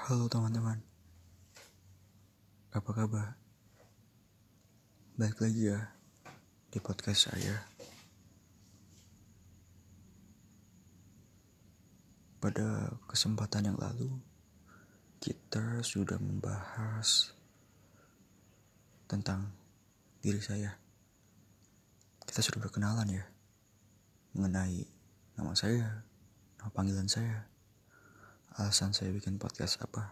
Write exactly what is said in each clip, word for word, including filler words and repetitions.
Halo teman-teman, apa kabar? Balik lagi ya di podcast saya. Pada kesempatan yang lalu, kita sudah membahas tentang diri saya. Kita sudah berkenalan ya, mengenai nama saya, nama panggilan saya, alasan saya bikin podcast apa.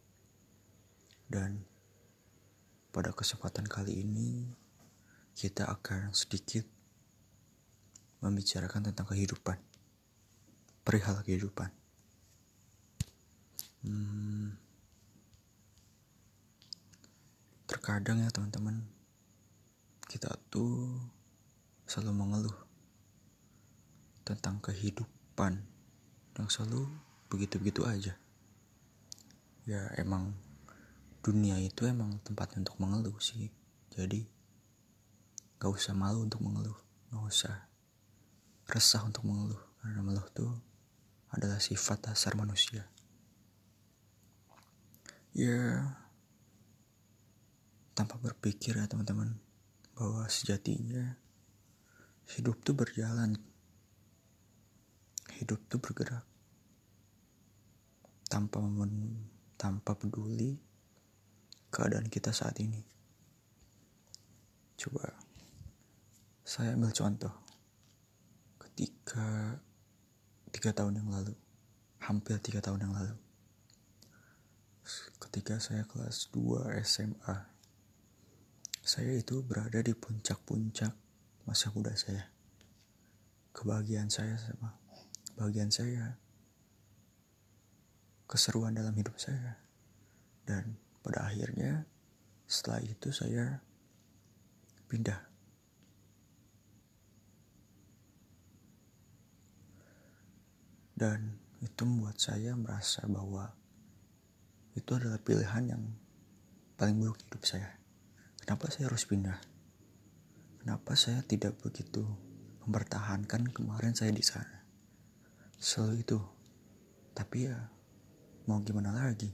Dan pada kesempatan kali ini, kita akan sedikit membicarakan tentang kehidupan, perihal kehidupan. Hmm, terkadang ya teman-teman, kita tuh selalu mengeluh tentang kehidupan yang selalu begitu-begitu aja. Ya emang dunia itu emang tempat untuk mengeluh sih. Jadi gak usah malu untuk mengeluh, gak usah resah untuk mengeluh, karena mengeluh tuh adalah sifat dasar manusia. Ya tanpa berpikir ya teman-teman, bahwa sejatinya hidup tuh berjalan, hidup tuh bergerak tanpa men, tanpa peduli keadaan kita saat ini. Coba saya ambil contoh, ketika tiga tahun yang lalu, hampir tiga tahun yang lalu, ketika saya kelas dua S M A, saya itu berada di puncak-puncak masa muda saya. Kebahagiaan saya sama kebahagiaan saya, keseruan dalam hidup saya. Dan pada akhirnya setelah itu saya pindah. Dan itu membuat saya merasa bahwa itu adalah pilihan yang paling buruk hidup saya. Kenapa saya harus pindah? Kenapa saya tidak begitu mempertahankan kemarin saya di sana? Selalu itu. Tapi ya mau gimana lagi?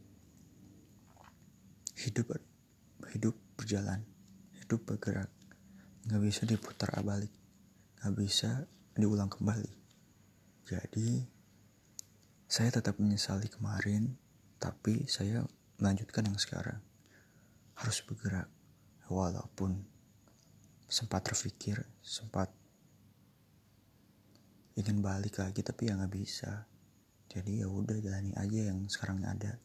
Hidup hidup berjalan, hidup bergerak. Gak bisa diputar balik, gak bisa diulang kembali. Jadi saya tetap menyesali kemarin, tapi saya melanjutkan yang sekarang. Harus bergerak, walaupun sempat terpikir, sempat ingin balik lagi, tapi ya nggak bisa. Jadi ya udah jalani aja yang sekarang ada.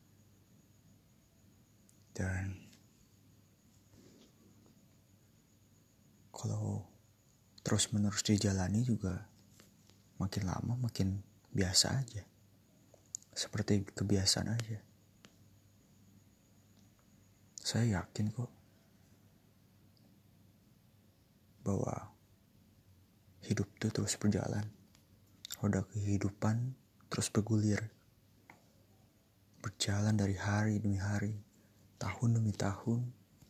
Dan kalau terus menerus dijalani juga makin lama makin biasa aja, seperti kebiasaan aja. Saya yakin kok bahwa hidup itu terus berjalan. Roda kehidupan terus bergulir, berjalan dari hari demi hari, tahun demi tahun.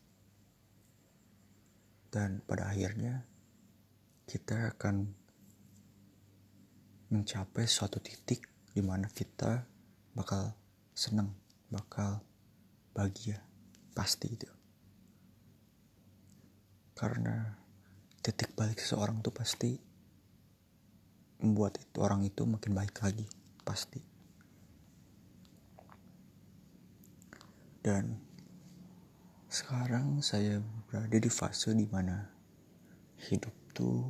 Dan pada akhirnya kita akan mencapai suatu titik di mana kita bakal senang, bakal bahagia, pasti itu. Karena titik balik seseorang tuh pasti membuat itu orang itu makin baik lagi, pasti. Dan sekarang saya berada di fase di mana hidup tuh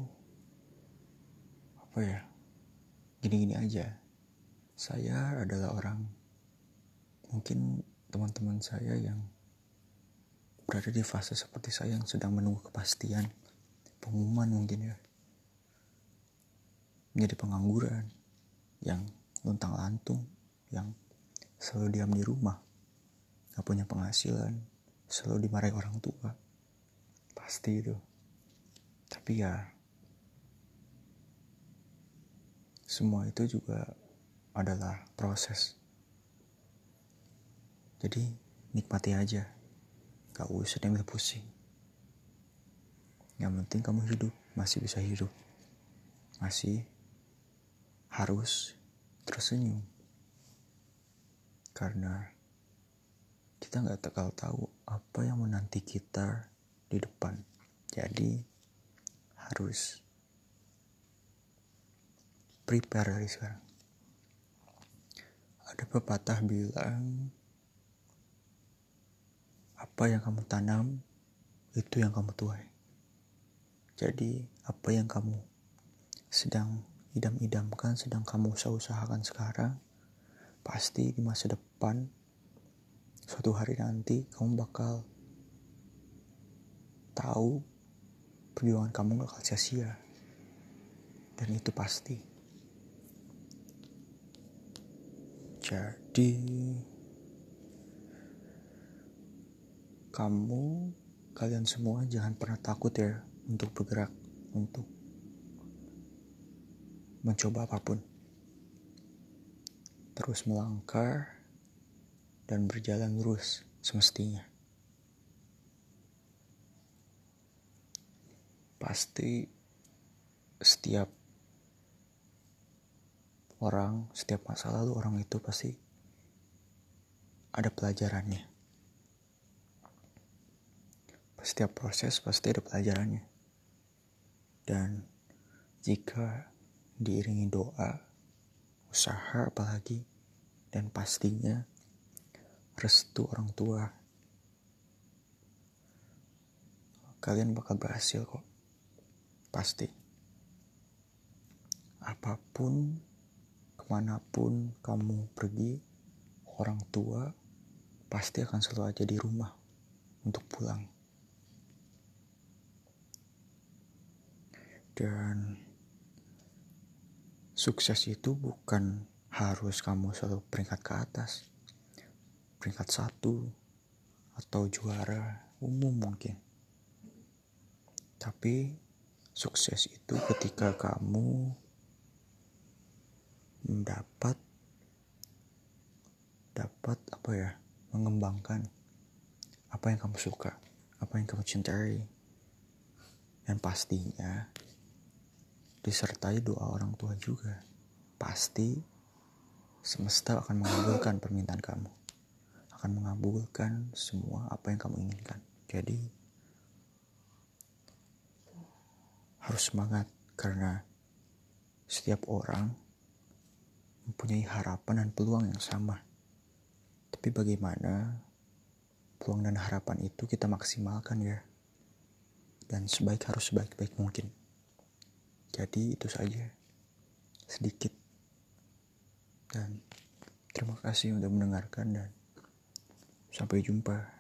apa ya, gini-gini aja. Saya adalah orang, mungkin teman-teman saya yang berada di fase seperti saya yang sedang menunggu kepastian pengumuman, mungkin ya, menjadi pengangguran, yang luntang-lantung, yang selalu diam di rumah, gak punya penghasilan, selalu dimarahi orang tua, pasti itu. Tapi ya semua itu juga adalah proses. Jadi nikmati aja, gak usah diambil pusing. Yang penting kamu hidup, masih bisa hidup, masih harus tersenyum. Karena kita gak bakal tahu apa yang menanti kita di depan. Jadi harus prepare dari sekarang. Ada pepatah bilang, apa yang kamu tanam, itu yang kamu tuai. Jadi apa yang kamu sedang idam-idamkan, sedang kamu usaha-usahakan sekarang, pasti di masa depan, suatu hari nanti kamu bakal tahu perjuangan kamu gak akan sia-sia. Dan itu pasti. Jadi kamu, kalian semua jangan pernah takut ya untuk bergerak, untuk mencoba apapun. Terus melangkah dan berjalan lurus semestinya. Pasti setiap orang, setiap masa lalu orang itu pasti ada pelajarannya. Setiap proses pasti ada pelajarannya. Dan jika diiringi doa, usaha apalagi, dan pastinya restu orang tua, kalian bakal berhasil kok. Pasti. Apapun, kemanapun kamu pergi, orang tua pasti akan selalu ada di rumah untuk pulang. Dan sukses itu bukan harus kamu selalu peringkat ke atas, peringkat satu, atau juara umum mungkin. Tapi sukses itu ketika kamu mendapat dapat apa ya, mengembangkan apa yang kamu suka, apa yang kamu cintai, dan pastinya disertai doa orang tua juga. Pasti semesta akan mengabulkan permintaan kamu, akan mengabulkan semua apa yang kamu inginkan. Jadi harus semangat, karena setiap orang mempunyai harapan dan peluang yang sama. Tapi bagaimana peluang dan harapan itu kita maksimalkan ya. Dan sebaik harus sebaik-baik mungkin. Jadi itu saja, sedikit. Dan terima kasih sudah mendengarkan dan sampai jumpa.